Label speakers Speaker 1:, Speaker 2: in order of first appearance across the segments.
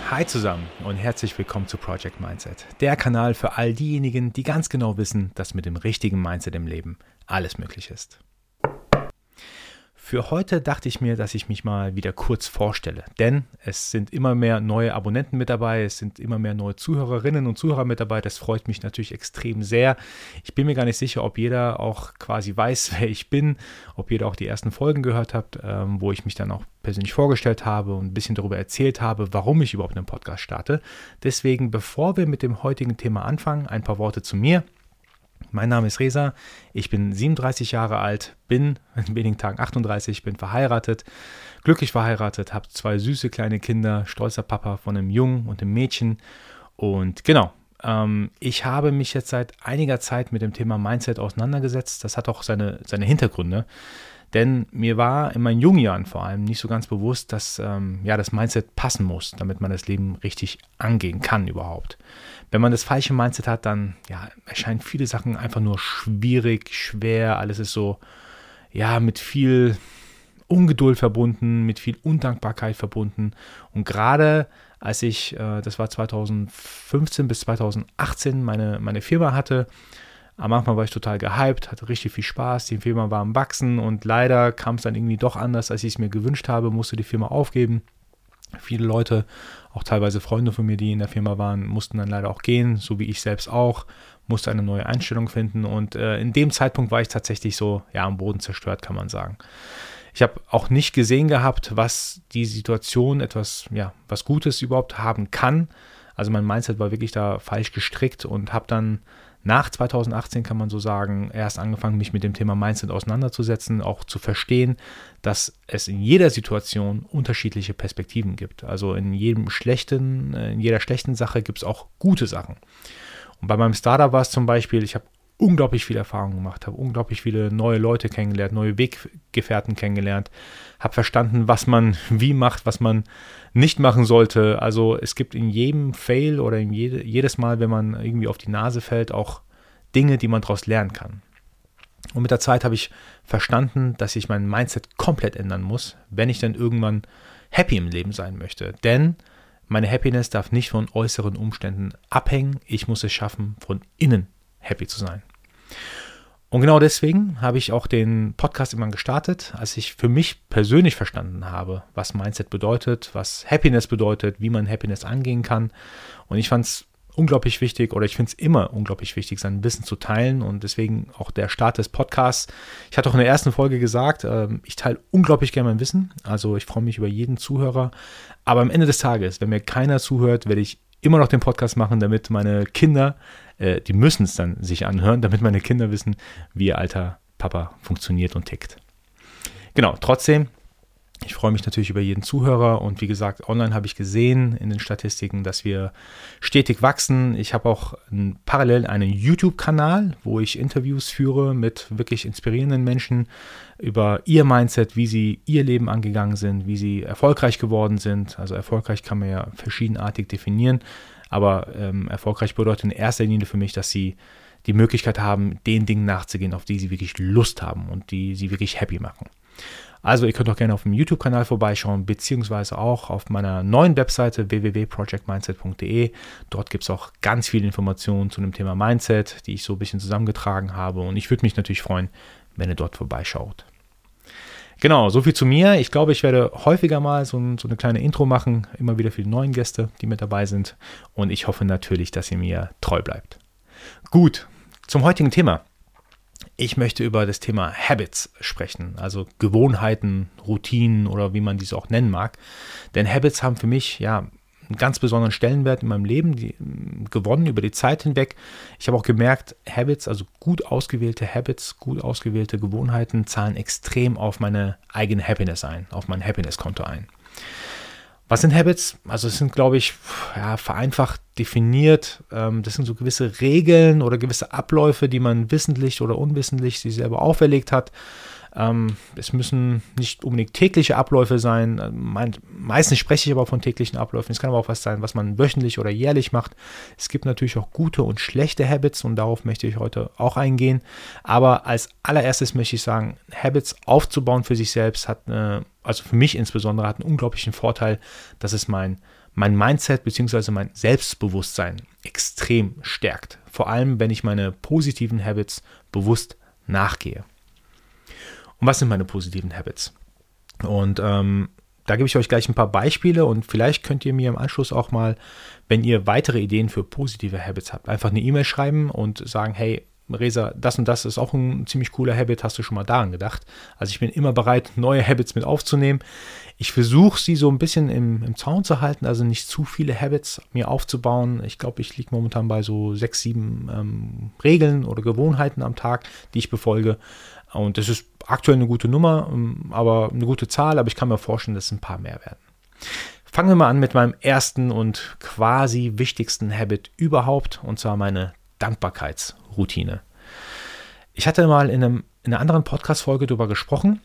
Speaker 1: Hi zusammen und herzlich willkommen zu Project Mindset, der Kanal für all diejenigen, die ganz genau wissen, dass mit dem richtigen Mindset im Leben alles möglich ist. Für heute dachte ich mir, dass ich mich mal wieder kurz vorstelle, denn es sind immer mehr neue Abonnenten mit dabei, es sind immer mehr neue Zuhörerinnen und Zuhörer mit dabei, das freut mich natürlich extrem sehr. Ich bin mir gar nicht sicher, ob jeder auch quasi weiß, wer ich bin, ob jeder auch die ersten Folgen gehört hat, wo ich mich dann auch persönlich vorgestellt habe und ein bisschen darüber erzählt habe, warum ich überhaupt einen Podcast starte. Deswegen, bevor wir mit dem heutigen Thema anfangen, ein paar Worte zu mir. Mein Name ist Reza, ich bin 37 Jahre alt, bin in wenigen Tagen 38, bin verheiratet, glücklich verheiratet, habe 2 süße kleine Kinder, stolzer Papa von einem Jungen und einem Mädchen. Und genau, ich habe mich jetzt seit einiger Zeit mit dem Thema Mindset auseinandergesetzt. Das hat auch seine Hintergründe. Denn mir war in meinen jungen Jahren vor allem nicht so ganz bewusst, dass das Mindset passen muss, damit man das Leben richtig angehen kann überhaupt. Wenn man das falsche Mindset hat, dann erscheinen viele Sachen einfach nur schwierig, schwer. Alles ist so mit viel Ungeduld verbunden, mit viel Undankbarkeit verbunden. Und gerade als ich, das war 2015 bis 2018, meine Firma hatte, am Anfang war ich total gehypt, hatte richtig viel Spaß, die Firma war am Wachsen und leider kam es dann irgendwie doch anders, als ich es mir gewünscht habe, musste die Firma aufgeben. Viele Leute, auch teilweise Freunde von mir, die in der Firma waren, mussten dann leider auch gehen, so wie ich selbst auch, musste eine neue Einstellung finden und in dem Zeitpunkt war ich tatsächlich so am Boden zerstört, kann man sagen. Ich habe auch nicht gesehen gehabt, was die Situation was Gutes überhaupt haben kann. Also mein Mindset war wirklich da falsch gestrickt und habe dann nach 2018, kann man so sagen, erst angefangen, mich mit dem Thema Mindset auseinanderzusetzen, auch zu verstehen, dass es in jeder Situation unterschiedliche Perspektiven gibt. Also in jeder schlechten Sache gibt es auch gute Sachen. Und bei meinem Startup war es zum Beispiel, ich habe unglaublich viel Erfahrung gemacht, habe unglaublich viele neue Leute kennengelernt, neue Weggefährten kennengelernt, habe verstanden, was man wie macht, was man nicht machen sollte. Also es gibt in jedem Fail oder jedes Mal, wenn man irgendwie auf die Nase fällt, auch Dinge, die man daraus lernen kann. Und mit der Zeit habe ich verstanden, dass ich mein Mindset komplett ändern muss, wenn ich dann irgendwann happy im Leben sein möchte. Denn meine Happiness darf nicht von äußeren Umständen abhängen. Ich muss es schaffen, von innen happy zu sein. Und genau deswegen habe ich auch den Podcast immer gestartet, als ich für mich persönlich verstanden habe, was Mindset bedeutet, was Happiness bedeutet, wie man Happiness angehen kann. Und ich fand es unglaublich wichtig oder ich finde es immer unglaublich wichtig, sein Wissen zu teilen und deswegen auch der Start des Podcasts. Ich hatte auch in der ersten Folge gesagt, ich teile unglaublich gerne mein Wissen, also ich freue mich über jeden Zuhörer, aber am Ende des Tages, wenn mir keiner zuhört, werde ich immer noch den Podcast machen, damit meine Kinder, die müssen es dann sich anhören, damit meine Kinder wissen, wie ihr alter Papa funktioniert und tickt. Genau, trotzdem, ich freue mich natürlich über jeden Zuhörer und wie gesagt, online habe ich gesehen in den Statistiken, dass wir stetig wachsen. Ich habe auch parallel einen YouTube-Kanal, wo ich Interviews führe mit wirklich inspirierenden Menschen über ihr Mindset, wie sie ihr Leben angegangen sind, wie sie erfolgreich geworden sind. Also erfolgreich kann man ja verschiedenartig definieren, aber erfolgreich bedeutet in erster Linie für mich, dass sie die Möglichkeit haben, den Dingen nachzugehen, auf die sie wirklich Lust haben und die sie wirklich happy machen. Also ihr könnt auch gerne auf dem YouTube-Kanal vorbeischauen, beziehungsweise auch auf meiner neuen Webseite www.projectmindset.de. Dort gibt es auch ganz viele Informationen zu dem Thema Mindset, die ich so ein bisschen zusammengetragen habe. Und ich würde mich natürlich freuen, wenn ihr dort vorbeischaut. Genau, soviel zu mir. Ich glaube, ich werde häufiger mal so eine kleine Intro machen, immer wieder für die neuen Gäste, die mit dabei sind. Und ich hoffe natürlich, dass ihr mir treu bleibt. Gut, zum heutigen Thema. Ich möchte über das Thema Habits sprechen, also Gewohnheiten, Routinen oder wie man diese auch nennen mag. Denn Habits haben für mich einen ganz besonderen Stellenwert in meinem Leben gewonnen über die Zeit hinweg. Ich habe auch gemerkt, Habits, also gut ausgewählte Habits, gut ausgewählte Gewohnheiten zahlen extrem auf meine eigene Happiness ein, auf mein Happiness-Konto ein. Was sind Habits? Also es sind, glaube ich, vereinfacht definiert. Das sind so gewisse Regeln oder gewisse Abläufe, die man wissentlich oder unwissentlich sich selber auferlegt hat. Es müssen nicht unbedingt tägliche Abläufe sein. Meistens spreche ich aber von täglichen Abläufen. Es kann aber auch was sein, was man wöchentlich oder jährlich macht. Es gibt natürlich auch gute und schlechte Habits und darauf möchte ich heute auch eingehen. Aber als allererstes möchte ich sagen, Habits aufzubauen für sich selbst hat, also für mich insbesondere, hat einen unglaublichen Vorteil, dass es mein Mindset bzw. mein Selbstbewusstsein extrem stärkt. Vor allem, wenn ich meine positiven Habits bewusst nachgehe. Und was sind meine positiven Habits? Und da gebe ich euch gleich ein paar Beispiele und vielleicht könnt ihr mir im Anschluss auch mal, wenn ihr weitere Ideen für positive Habits habt, einfach eine E-Mail schreiben und sagen, hey, Reza, das und das ist auch ein ziemlich cooler Habit, hast du schon mal daran gedacht? Also ich bin immer bereit, neue Habits mit aufzunehmen. Ich versuche sie so ein bisschen im Zaun zu halten, also nicht zu viele Habits mir aufzubauen. Ich glaube, ich liege momentan bei so 6, 7 Regeln oder Gewohnheiten am Tag, die ich befolge. Und das ist aktuell eine gute Nummer, aber eine gute Zahl, aber ich kann mir vorstellen, dass es ein paar mehr werden. Fangen wir mal an mit meinem ersten und quasi wichtigsten Habit überhaupt, und zwar meine Dankbarkeitsroutine. Ich hatte mal in einer anderen Podcast-Folge darüber gesprochen.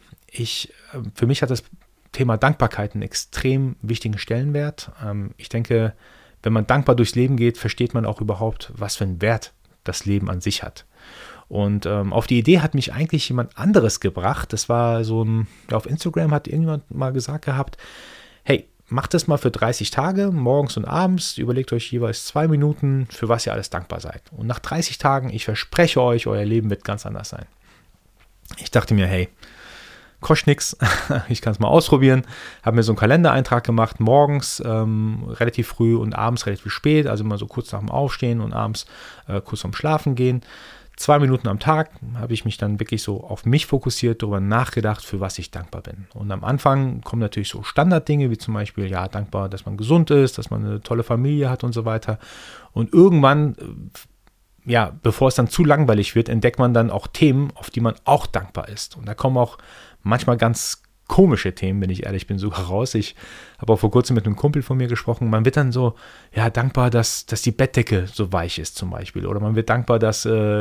Speaker 1: Für mich hat das Thema Dankbarkeit einen extrem wichtigen Stellenwert. Ich denke, wenn man dankbar durchs Leben geht, versteht man auch überhaupt, was für einen Wert das Leben an sich hat. Und auf die Idee hat mich eigentlich jemand anderes gebracht. Das war auf Instagram hat irgendjemand mal gesagt gehabt, hey, macht das mal für 30 Tage, morgens und abends, überlegt euch jeweils 2 Minuten, für was ihr alles dankbar seid. Und nach 30 Tagen, ich verspreche euch, euer Leben wird ganz anders sein. Ich dachte mir, hey, kostet nichts, ich kann es mal ausprobieren. Habe mir so einen Kalendereintrag gemacht, morgens relativ früh und abends relativ spät, also immer so kurz nach dem Aufstehen und abends kurz vorm Schlafen gehen. 2 Minuten am Tag habe ich mich dann wirklich so auf mich fokussiert, darüber nachgedacht, für was ich dankbar bin. Und am Anfang kommen natürlich so Standarddinge, wie zum Beispiel, ja, dankbar, dass man gesund ist, dass man eine tolle Familie hat und so weiter. Und irgendwann, ja, bevor es dann zu langweilig wird, entdeckt man dann auch Themen, auf die man auch dankbar ist. Und da kommen auch manchmal ganz komische Themen, wenn ich ehrlich bin, sogar raus. Ich habe auch vor kurzem mit einem Kumpel von mir gesprochen. Man wird dann so, ja, dankbar, dass die Bettdecke so weich ist zum Beispiel. Oder man wird dankbar, dass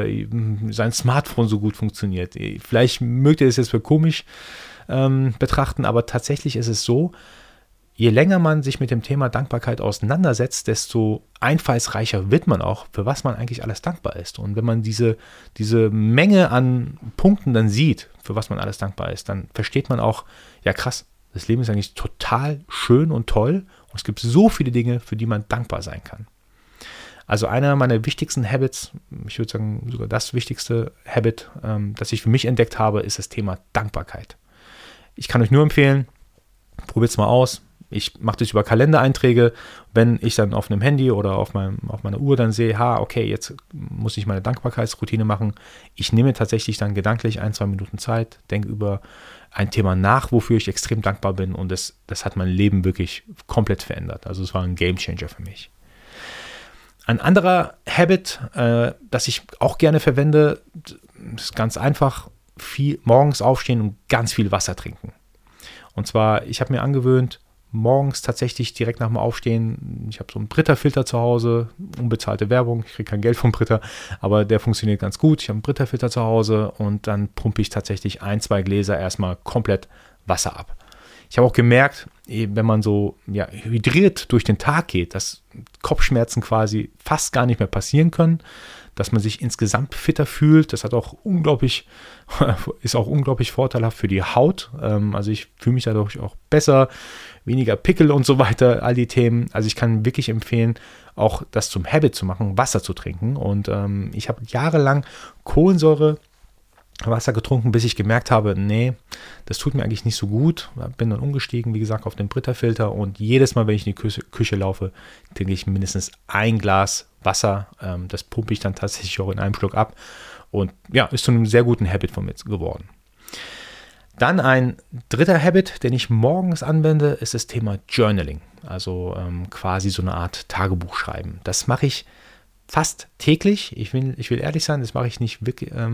Speaker 1: sein Smartphone so gut funktioniert. Vielleicht mögt ihr das jetzt für komisch betrachten, aber tatsächlich ist es so, je länger man sich mit dem Thema Dankbarkeit auseinandersetzt, desto einfallsreicher wird man auch, für was man eigentlich alles dankbar ist. Und wenn man diese Menge an Punkten dann sieht, für was man alles dankbar ist, dann versteht man auch, ja krass, das Leben ist eigentlich total schön und toll und es gibt so viele Dinge, für die man dankbar sein kann. Also einer meiner wichtigsten Habits, ich würde sagen sogar das wichtigste Habit, das ich für mich entdeckt habe, ist das Thema Dankbarkeit. Ich kann euch nur empfehlen, probiert es mal aus. Ich mache das über Kalendereinträge, wenn ich dann auf einem Handy oder auf meiner Uhr dann sehe, okay, jetzt muss ich meine Dankbarkeitsroutine machen. Ich nehme tatsächlich dann gedanklich 1, 2 Minuten Zeit, denke über ein Thema nach, wofür ich extrem dankbar bin und das hat mein Leben wirklich komplett verändert. Also es war ein Gamechanger für mich. Ein anderer Habit, das ich auch gerne verwende, ist ganz einfach, morgens aufstehen und ganz viel Wasser trinken. Und zwar, ich habe mir angewöhnt, morgens tatsächlich direkt nach dem Aufstehen, ich habe so einen Brita-Filter zu Hause, unbezahlte Werbung, ich kriege kein Geld vom Brita, aber der funktioniert ganz gut. Ich habe einen Brita-Filter zu Hause und dann pumpe ich tatsächlich 1, 2 Gläser erstmal komplett Wasser ab. Ich habe auch gemerkt, wenn man so hydriert durch den Tag geht, dass Kopfschmerzen quasi fast gar nicht mehr passieren können, dass man sich insgesamt fitter fühlt. Das ist auch unglaublich vorteilhaft für die Haut. Also ich fühle mich dadurch auch besser, weniger Pickel und so weiter, all die Themen. Also ich kann wirklich empfehlen, auch das zum Habit zu machen, Wasser zu trinken. Und ich habe jahrelang Kohlensäurewasser getrunken, bis ich gemerkt habe, nee, das tut mir eigentlich nicht so gut. Bin dann umgestiegen, wie gesagt, auf den Brita-Filter und jedes Mal, wenn ich in die Küche laufe, trinke ich mindestens 1 Glas Wasser. Das pumpe ich dann tatsächlich auch in einem Schluck ab und ja, ist zu einem sehr guten Habit von mir geworden. Dann ein dritter Habit, den ich morgens anwende, ist das Thema Journaling, also quasi so eine Art Tagebuch schreiben. Das mache ich fast täglich. Ich will ehrlich sein, das mache ich nicht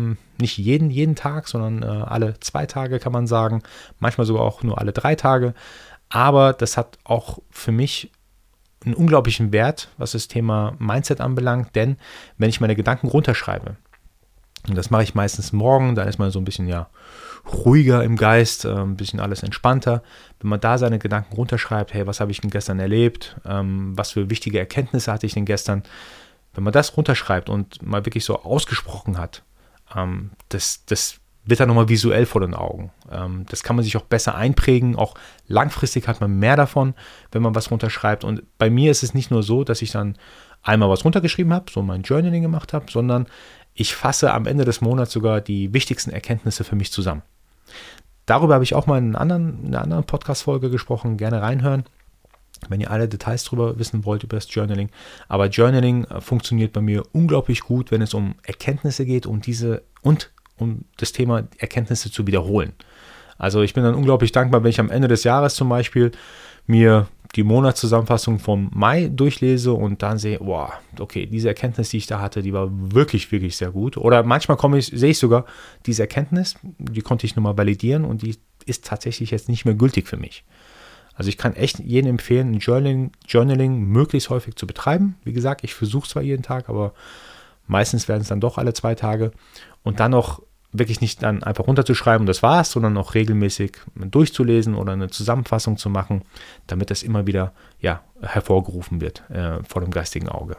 Speaker 1: jeden Tag, sondern alle 2 Tage kann man sagen, manchmal sogar auch nur alle 3 Tage. Aber das hat auch für mich einen unglaublichen Wert, was das Thema Mindset anbelangt, denn wenn ich meine Gedanken runterschreibe, Und das mache ich meistens morgen, dann ist man so ein bisschen ruhiger im Geist, ein bisschen alles entspannter. Wenn man da seine Gedanken runterschreibt, hey, was habe ich denn gestern erlebt, was für wichtige Erkenntnisse hatte ich denn gestern, wenn man das runterschreibt und mal wirklich so ausgesprochen hat, das wird dann nochmal visuell vor den Augen. Das kann man sich auch besser einprägen, auch langfristig hat man mehr davon, wenn man was runterschreibt. Und bei mir ist es nicht nur so, dass ich dann einmal was runtergeschrieben habe, so mein Journaling gemacht habe, sondern ich fasse am Ende des Monats sogar die wichtigsten Erkenntnisse für mich zusammen. Darüber habe ich auch mal in einer anderen Podcast-Folge gesprochen, gerne reinhören, wenn ihr alle Details darüber wissen wollt, über das Journaling. Aber Journaling funktioniert bei mir unglaublich gut, wenn es um Erkenntnisse geht und um das Thema Erkenntnisse zu wiederholen. Also ich bin dann unglaublich dankbar, wenn ich am Ende des Jahres zum Beispiel mir die Monatszusammenfassung vom Mai durchlese und dann sehe, wow, okay, diese Erkenntnis, die ich da hatte, die war wirklich, wirklich sehr gut. Oder manchmal sehe ich sogar diese Erkenntnis, die konnte ich nochmal validieren und die ist tatsächlich jetzt nicht mehr gültig für mich. Also ich kann echt jedem empfehlen, ein Journaling möglichst häufig zu betreiben. Wie gesagt, ich versuche es zwar jeden Tag, aber meistens werden es dann doch alle 2 Tage. Und dann noch wirklich nicht dann einfach runterzuschreiben und das war's, sondern auch regelmäßig durchzulesen oder eine Zusammenfassung zu machen, damit das immer wieder hervorgerufen wird vor dem geistigen Auge.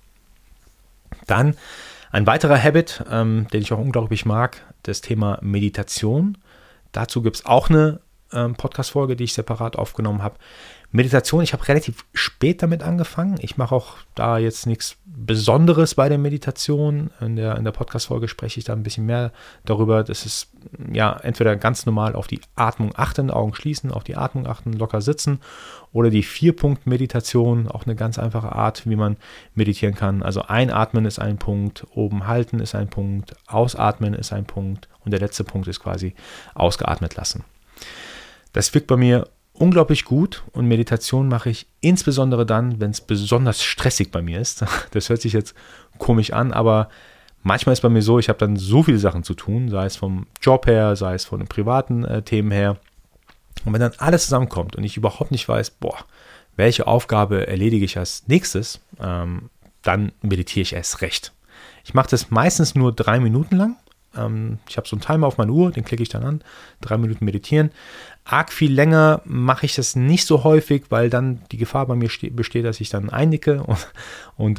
Speaker 1: Dann ein weiterer Habit, den ich auch unglaublich mag, das Thema Meditation. Dazu gibt es auch eine Podcast-Folge, die ich separat aufgenommen habe. Meditation, ich habe relativ spät damit angefangen. Ich mache auch da jetzt nichts Besonderes bei der Meditation. In der Podcast-Folge spreche ich da ein bisschen mehr darüber. Das ist entweder ganz normal auf die Atmung achten, Augen schließen, auf die Atmung achten, locker sitzen oder die 4-Punkt-Meditation, auch eine ganz einfache Art, wie man meditieren kann. Also einatmen ist ein Punkt, oben halten ist ein Punkt, ausatmen ist ein Punkt und der letzte Punkt ist quasi ausgeatmet lassen. Das wirkt bei mir unglaublich gut und Meditation mache ich insbesondere dann, wenn es besonders stressig bei mir ist. Das hört sich jetzt komisch an, aber manchmal ist bei mir so, ich habe dann so viele Sachen zu tun, sei es vom Job her, sei es von den privaten Themen her. Und wenn dann alles zusammenkommt und ich überhaupt nicht weiß, welche Aufgabe erledige ich als nächstes, dann meditiere ich erst recht. Ich mache das meistens nur 3 Minuten lang. Ich habe so einen Timer auf meiner Uhr, den klicke ich dann an, 3 Minuten meditieren. Arg viel länger mache ich das nicht so häufig, weil dann die Gefahr bei mir besteht, dass ich dann einnicke und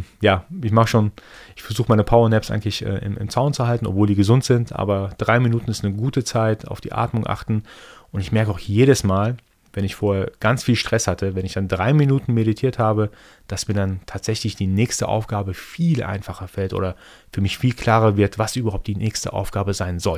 Speaker 1: ich versuche meine Powernaps eigentlich im Zaun zu halten, obwohl die gesund sind, aber 3 Minuten ist eine gute Zeit, auf die Atmung achten und ich merke auch jedes Mal, wenn ich vorher ganz viel Stress hatte, wenn ich dann 3 Minuten meditiert habe, dass mir dann tatsächlich die nächste Aufgabe viel einfacher fällt oder für mich viel klarer wird, was überhaupt die nächste Aufgabe sein soll.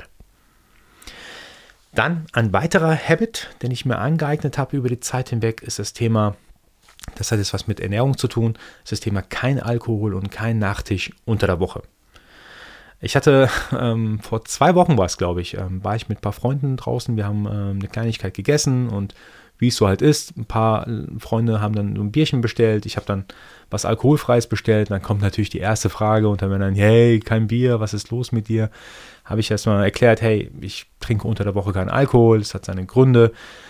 Speaker 1: Dann ein weiterer Habit, den ich mir angeeignet habe über die Zeit hinweg, ist das Thema, das hat jetzt was mit Ernährung zu tun, ist das Thema kein Alkohol und kein Nachtisch unter der Woche. Ich hatte vor 2 Wochen war ich mit ein paar Freunden draußen, wir haben eine Kleinigkeit gegessen und wie es so halt ist, ein paar Freunde haben dann ein Bierchen bestellt, ich habe dann was Alkoholfreies bestellt, dann kommt natürlich die erste Frage unter Männern, hey, kein Bier, was ist los mit dir? Habe ich erstmal erklärt, hey, ich trinke unter der Woche keinen Alkohol, das hat seine Gründe.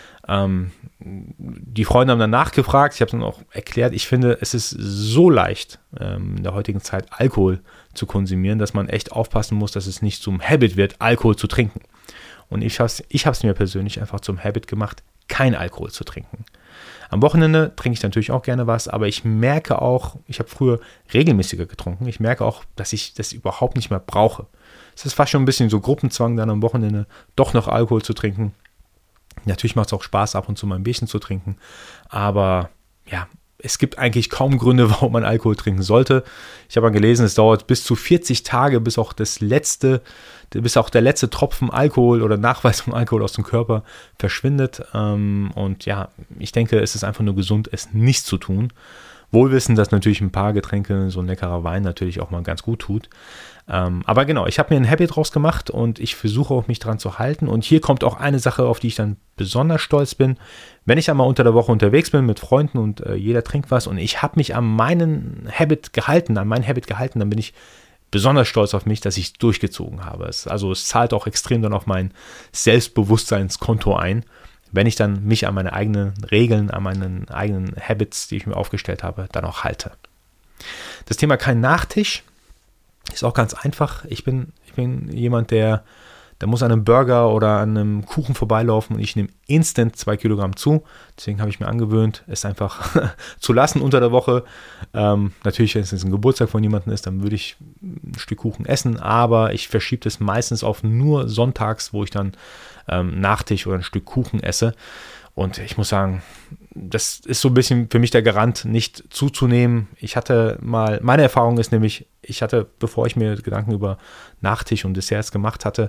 Speaker 1: Die Freunde haben dann nachgefragt, ich habe dann auch erklärt, ich finde, es ist so leicht, in der heutigen Zeit Alkohol zu konsumieren, dass man echt aufpassen muss, dass es nicht zum Habit wird, Alkohol zu trinken. Und ich habe es mir persönlich einfach zum Habit gemacht, kein Alkohol zu trinken. Am Wochenende trinke ich natürlich auch gerne was, aber ich merke auch, ich habe früher regelmäßiger getrunken, ich merke auch, dass ich das überhaupt nicht mehr brauche. Es ist fast schon ein bisschen so Gruppenzwang, dann am Wochenende doch noch Alkohol zu trinken. Natürlich macht es auch Spaß, ab und zu mal ein Bierchen zu trinken, aber es gibt eigentlich kaum Gründe, warum man Alkohol trinken sollte. Ich habe mal gelesen, es dauert bis zu 40 Tage, bis auch der letzte Tropfen Alkohol oder Nachweis von Alkohol aus dem Körper verschwindet. Ich denke, es ist einfach nur gesund, es nicht zu tun. Wohlwissend, dass natürlich ein paar Getränke, so ein leckerer Wein natürlich auch mal ganz gut tut. Aber genau, ich habe mir ein Habit draus gemacht und ich versuche auch mich dran zu halten. Und hier kommt auch eine Sache, auf die ich dann besonders stolz bin. Wenn ich einmal unter der Woche unterwegs bin mit Freunden und jeder trinkt was und ich habe mich an mein Habit gehalten, dann bin ich besonders stolz auf mich, dass ich durchgezogen habe. Es zahlt auch extrem dann auf mein Selbstbewusstseinskonto ein, wenn ich dann mich an meine eigenen Regeln, an meinen eigenen Habits, die ich mir aufgestellt habe, dann auch halte. Das Thema kein Nachtisch ist auch ganz einfach. Ich bin bin jemand, der muss an einem Burger oder an einem Kuchen vorbeilaufen und ich nehme instant 2 Kilogramm zu. Deswegen habe ich mir angewöhnt, es einfach zu lassen unter der Woche. Natürlich, wenn es ein Geburtstag von jemandem ist, dann würde ich ein Stück Kuchen essen, aber ich verschiebe das meistens auf nur sonntags, wo ich dann Nachtisch oder ein Stück Kuchen esse. Und ich muss sagen, das ist so ein bisschen für mich der Garant, nicht zuzunehmen. Meine Erfahrung ist nämlich, bevor ich mir Gedanken über Nachtisch und Desserts gemacht hatte,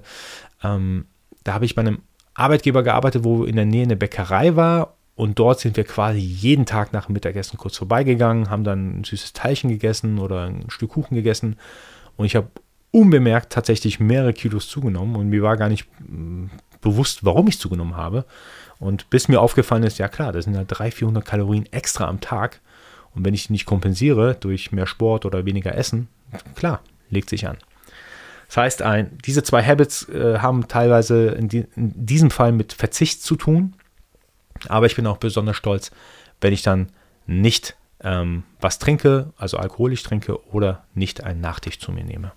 Speaker 1: da habe ich bei einem Arbeitgeber gearbeitet, wo in der Nähe eine Bäckerei war. Und dort sind wir quasi jeden Tag nach dem Mittagessen kurz vorbeigegangen, haben dann ein süßes Teilchen gegessen oder ein Stück Kuchen gegessen. Und ich habe unbemerkt tatsächlich mehrere Kilos zugenommen und mir war gar nicht bewusst, warum ich zugenommen habe. Und bis mir aufgefallen ist, ja klar, das sind halt 300-400 Kalorien extra am Tag. Und wenn ich die nicht kompensiere durch mehr Sport oder weniger Essen, klar, legt sich an. Das heißt, diese 2 Habits haben teilweise in diesem Fall mit Verzicht zu tun. Aber ich bin auch besonders stolz, wenn ich dann nicht was trinke, also alkoholisch trinke oder nicht einen Nachtisch zu mir nehme.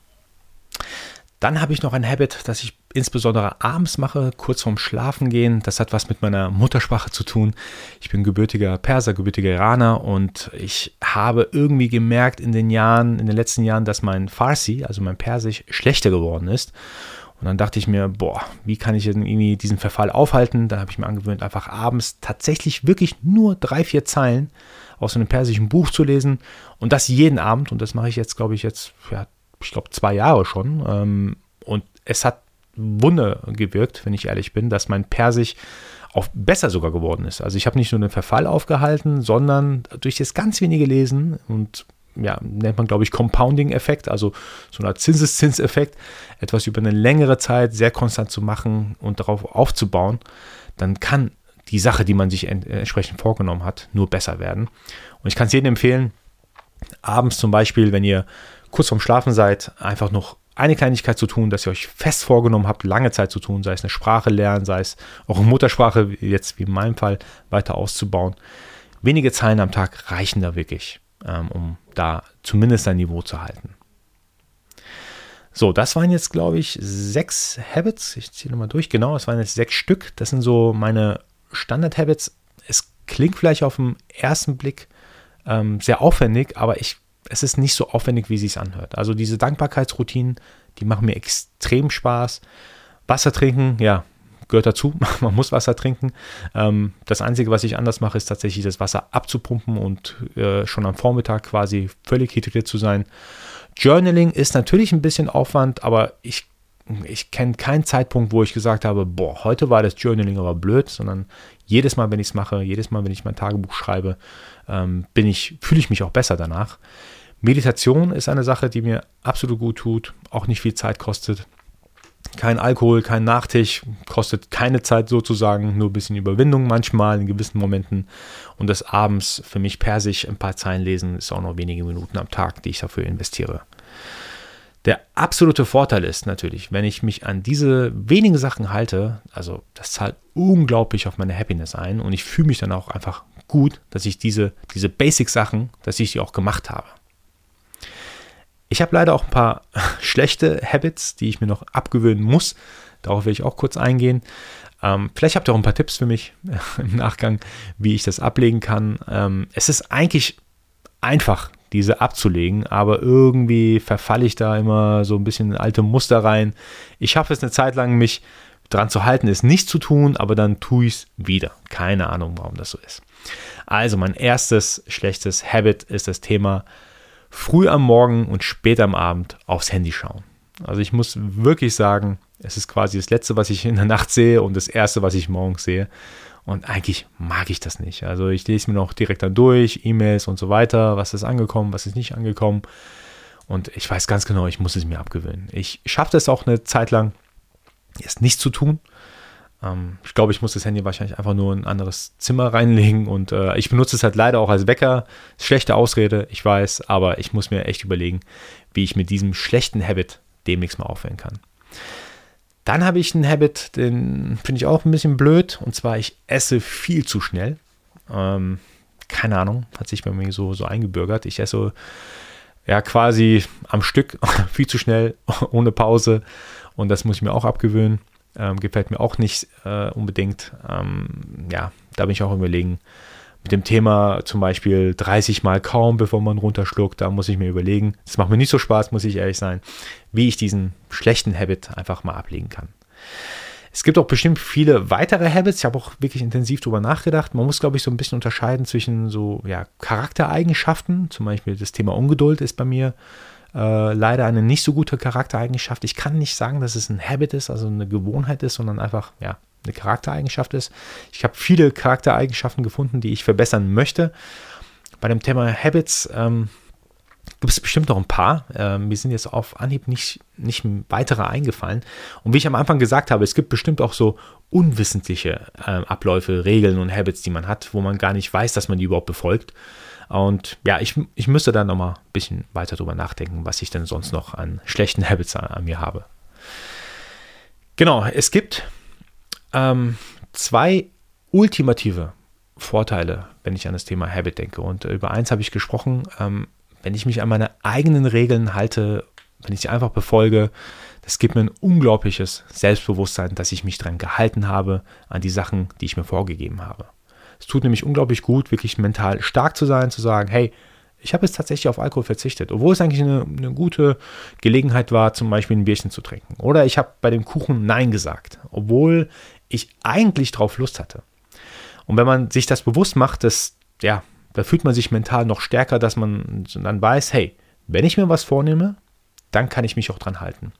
Speaker 1: Dann habe ich noch ein Habit, das ich insbesondere abends mache, kurz vorm Schlafengehen. Das hat was mit meiner Muttersprache zu tun. Ich bin gebürtiger Perser, gebürtiger Iraner und ich habe irgendwie gemerkt in den letzten Jahren, dass mein Farsi, also mein Persisch, schlechter geworden ist. Und dann dachte ich mir, wie kann ich denn irgendwie diesen Verfall aufhalten? Dann habe ich mir angewöhnt, einfach abends tatsächlich wirklich nur 3-4 Zeilen aus einem persischen Buch zu lesen und das jeden Abend. Und das mache ich jetzt, glaube ich, 2 Jahre schon. Und es hat Wunder gewirkt, wenn ich ehrlich bin, dass mein Persisch auch besser sogar geworden ist. Also ich habe nicht nur den Verfall aufgehalten, sondern durch das ganz wenige Lesen und nennt man, glaube ich, Compounding-Effekt, also so eine Art Zinseszinseffekt, etwas über eine längere Zeit sehr konstant zu machen und darauf aufzubauen, dann kann die Sache, die man sich entsprechend vorgenommen hat, nur besser werden. Und ich kann es jedem empfehlen, abends zum Beispiel, wenn ihr kurz vorm Schlafen seid, einfach noch eine Kleinigkeit zu tun, dass ihr euch fest vorgenommen habt, lange Zeit zu tun, sei es eine Sprache lernen, sei es auch eine Muttersprache, jetzt wie in meinem Fall, weiter auszubauen. Wenige Zeilen am Tag reichen da wirklich, um da zumindest ein Niveau zu halten. So, das waren jetzt, glaube ich, 6 Habits. Ich ziehe nochmal durch. Genau, es waren jetzt 6 Stück. Das sind so meine Standard-Habits. Es klingt vielleicht auf den ersten Blick sehr aufwendig, aber es ist nicht so aufwendig, wie es sich anhört. Also diese Dankbarkeitsroutinen, die machen mir extrem Spaß. Wasser trinken, ja, gehört dazu. Man muss Wasser trinken. Das Einzige, was ich anders mache, ist tatsächlich das Wasser abzupumpen und schon am Vormittag quasi völlig hydriert zu sein. Journaling ist natürlich ein bisschen Aufwand, aber ich kenne keinen Zeitpunkt, wo ich gesagt habe, heute war das Journaling aber blöd, sondern jedes Mal, wenn ich es mache, jedes Mal, wenn ich mein Tagebuch schreibe, fühle ich mich auch besser danach. Meditation ist eine Sache, die mir absolut gut tut, auch nicht viel Zeit kostet. Kein Alkohol, kein Nachtisch, kostet keine Zeit sozusagen, nur ein bisschen Überwindung manchmal in gewissen Momenten. Und das abends für mich Persisch ein paar Zeilen lesen, ist auch noch wenige Minuten am Tag, die ich dafür investiere. Der absolute Vorteil ist natürlich, wenn ich mich an diese wenigen Sachen halte, also das zahlt unglaublich auf meine Happiness ein und ich fühle mich dann auch einfach gut, dass ich diese Basic-Sachen, dass ich die auch gemacht habe. Ich habe leider auch ein paar schlechte Habits, die ich mir noch abgewöhnen muss. Darauf will ich auch kurz eingehen. Vielleicht habt ihr auch ein paar Tipps für mich im Nachgang, wie ich das ablegen kann. Es ist eigentlich einfach, diese abzulegen, aber irgendwie verfalle ich da immer so ein bisschen in alte Muster rein. Ich schaffe es eine Zeit lang, mich dran zu halten, es nicht zu tun, aber dann tue ich es wieder. Keine Ahnung, warum das so ist. Also mein erstes schlechtes Habit ist das Thema früh am Morgen und spät am Abend aufs Handy schauen. Also ich muss wirklich sagen, es ist quasi das Letzte, was ich in der Nacht sehe und das Erste, was ich morgens sehe. Und eigentlich mag ich das nicht. Also ich lese mir noch direkt dann durch, E-Mails und so weiter, was ist angekommen, was ist nicht angekommen. Und ich weiß ganz genau, ich muss es mir abgewöhnen. Ich schaffe es auch eine Zeit lang, es nicht zu tun. Ich glaube, ich muss das Handy wahrscheinlich einfach nur in ein anderes Zimmer reinlegen und ich benutze es halt leider auch als Wecker. Schlechte Ausrede, ich weiß, aber ich muss mir echt überlegen, wie ich mit diesem schlechten Habit demnächst mal aufhören kann. Dann habe ich einen Habit, den finde ich auch ein bisschen blöd, und zwar ich esse viel zu schnell. Keine Ahnung, hat sich bei mir so eingebürgert. Ich esse ja quasi am Stück, viel zu schnell, ohne Pause. Und das muss ich mir auch abgewöhnen. Gefällt mir auch nicht unbedingt. Ja, da bin ich auch überlegen. Mit dem Thema zum Beispiel 30 Mal kaum, bevor man runterschluckt, da muss ich mir überlegen. Das macht mir nicht so Spaß, muss ich ehrlich sein, wie ich diesen schlechten Habit einfach mal ablegen kann. Es gibt auch bestimmt viele weitere Habits. Ich habe auch wirklich intensiv darüber nachgedacht. Man muss, glaube ich, so ein bisschen unterscheiden zwischen so Charaktereigenschaften. Zum Beispiel das Thema Ungeduld ist bei mir leider eine nicht so gute Charaktereigenschaft. Ich kann nicht sagen, dass es ein Habit ist, also eine Gewohnheit ist, sondern einfach eine Charaktereigenschaft ist. Ich habe viele Charaktereigenschaften gefunden, die ich verbessern möchte. Bei dem Thema Habits gibt es bestimmt noch ein paar. Mir sind jetzt auf Anhieb nicht weitere eingefallen. Und wie ich am Anfang gesagt habe, es gibt bestimmt auch so unwissentliche Abläufe, Regeln und Habits, die man hat, wo man gar nicht weiß, dass man die überhaupt befolgt. Und ja, ich müsste da nochmal ein bisschen weiter drüber nachdenken, was ich denn sonst noch an schlechten Habits an mir habe. Genau, es gibt 2 ultimative Vorteile, wenn ich an das Thema Habit denke. Und über eins habe ich gesprochen, wenn ich mich an meine eigenen Regeln halte, wenn ich sie einfach befolge, das gibt mir ein unglaubliches Selbstbewusstsein, dass ich mich daran gehalten habe, an die Sachen, die ich mir vorgegeben habe. Es tut nämlich unglaublich gut, wirklich mental stark zu sein, zu sagen, hey, ich habe jetzt tatsächlich auf Alkohol verzichtet, obwohl es eigentlich eine gute Gelegenheit war, zum Beispiel ein Bierchen zu trinken. Oder ich habe bei dem Kuchen Nein gesagt, obwohl ich eigentlich drauf Lust hatte. Und wenn man sich das bewusst macht, da fühlt man sich mental noch stärker, dass man dann weiß, hey, wenn ich mir was vornehme, dann kann ich mich auch dran halten.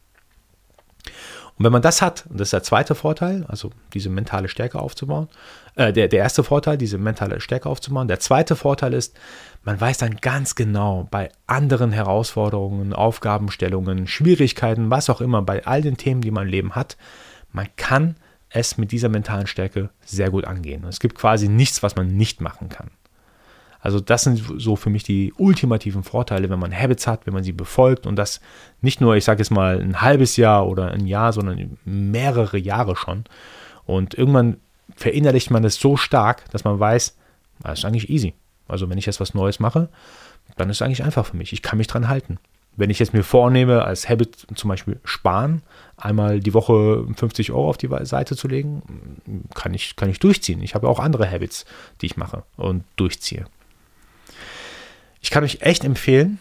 Speaker 1: Und wenn man das hat, und das ist der zweite Vorteil, also diese mentale Stärke aufzubauen, der erste Vorteil, diese mentale Stärke aufzubauen, der zweite Vorteil ist, man weiß dann ganz genau bei anderen Herausforderungen, Aufgabenstellungen, Schwierigkeiten, was auch immer, bei all den Themen, die man im Leben hat, man kann es mit dieser mentalen Stärke sehr gut angehen. Und es gibt quasi nichts, was man nicht machen kann. Also das sind so für mich die ultimativen Vorteile, wenn man Habits hat, wenn man sie befolgt und das nicht nur, ich sage jetzt mal, ein halbes Jahr oder ein Jahr, sondern mehrere Jahre schon. Und irgendwann verinnerlicht man es so stark, dass man weiß, das ist eigentlich easy. Also wenn ich jetzt was Neues mache, dann ist es eigentlich einfach für mich. Ich kann mich dran halten. Wenn ich jetzt mir vornehme, als Habit zum Beispiel sparen, einmal die Woche 50 Euro auf die Seite zu legen, kann ich durchziehen. Ich habe auch andere Habits, die ich mache und durchziehe. Ich kann euch echt empfehlen,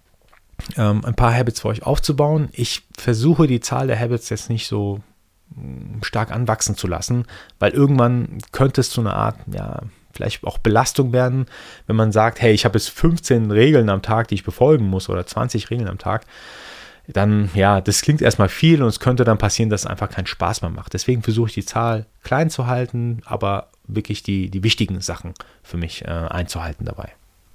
Speaker 1: ein paar Habits für euch aufzubauen. Ich versuche die Zahl der Habits jetzt nicht so stark anwachsen zu lassen, weil irgendwann könnte es zu einer Art, vielleicht auch Belastung werden, wenn man sagt, hey, ich habe jetzt 15 Regeln am Tag, die ich befolgen muss oder 20 Regeln am Tag. Dann, das klingt erstmal viel und es könnte dann passieren, dass es einfach keinen Spaß mehr macht. Deswegen versuche ich die Zahl klein zu halten, aber wirklich die wichtigen Sachen für mich einzuhalten dabei.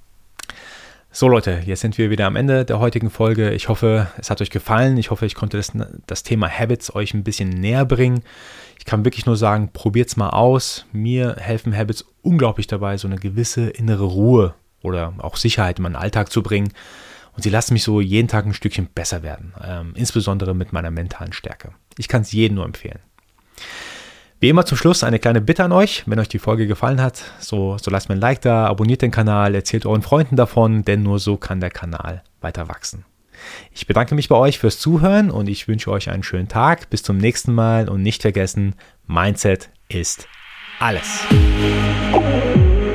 Speaker 1: So Leute, jetzt sind wir wieder am Ende der heutigen Folge. Ich hoffe, es hat euch gefallen. Ich hoffe, ich konnte das Thema Habits euch ein bisschen näher bringen. Ich kann wirklich nur sagen, probiert es mal aus. Mir helfen Habits unglaublich dabei, so eine gewisse innere Ruhe oder auch Sicherheit in meinen Alltag zu bringen. Und sie lassen mich so jeden Tag ein Stückchen besser werden, insbesondere mit meiner mentalen Stärke. Ich kann es jedem nur empfehlen. Wie immer zum Schluss eine kleine Bitte an euch, wenn euch die Folge gefallen hat, so lasst mir ein Like da, abonniert den Kanal, erzählt euren Freunden davon, denn nur so kann der Kanal weiter wachsen. Ich bedanke mich bei euch fürs Zuhören und ich wünsche euch einen schönen Tag. Bis zum nächsten Mal und nicht vergessen, Mindset ist alles.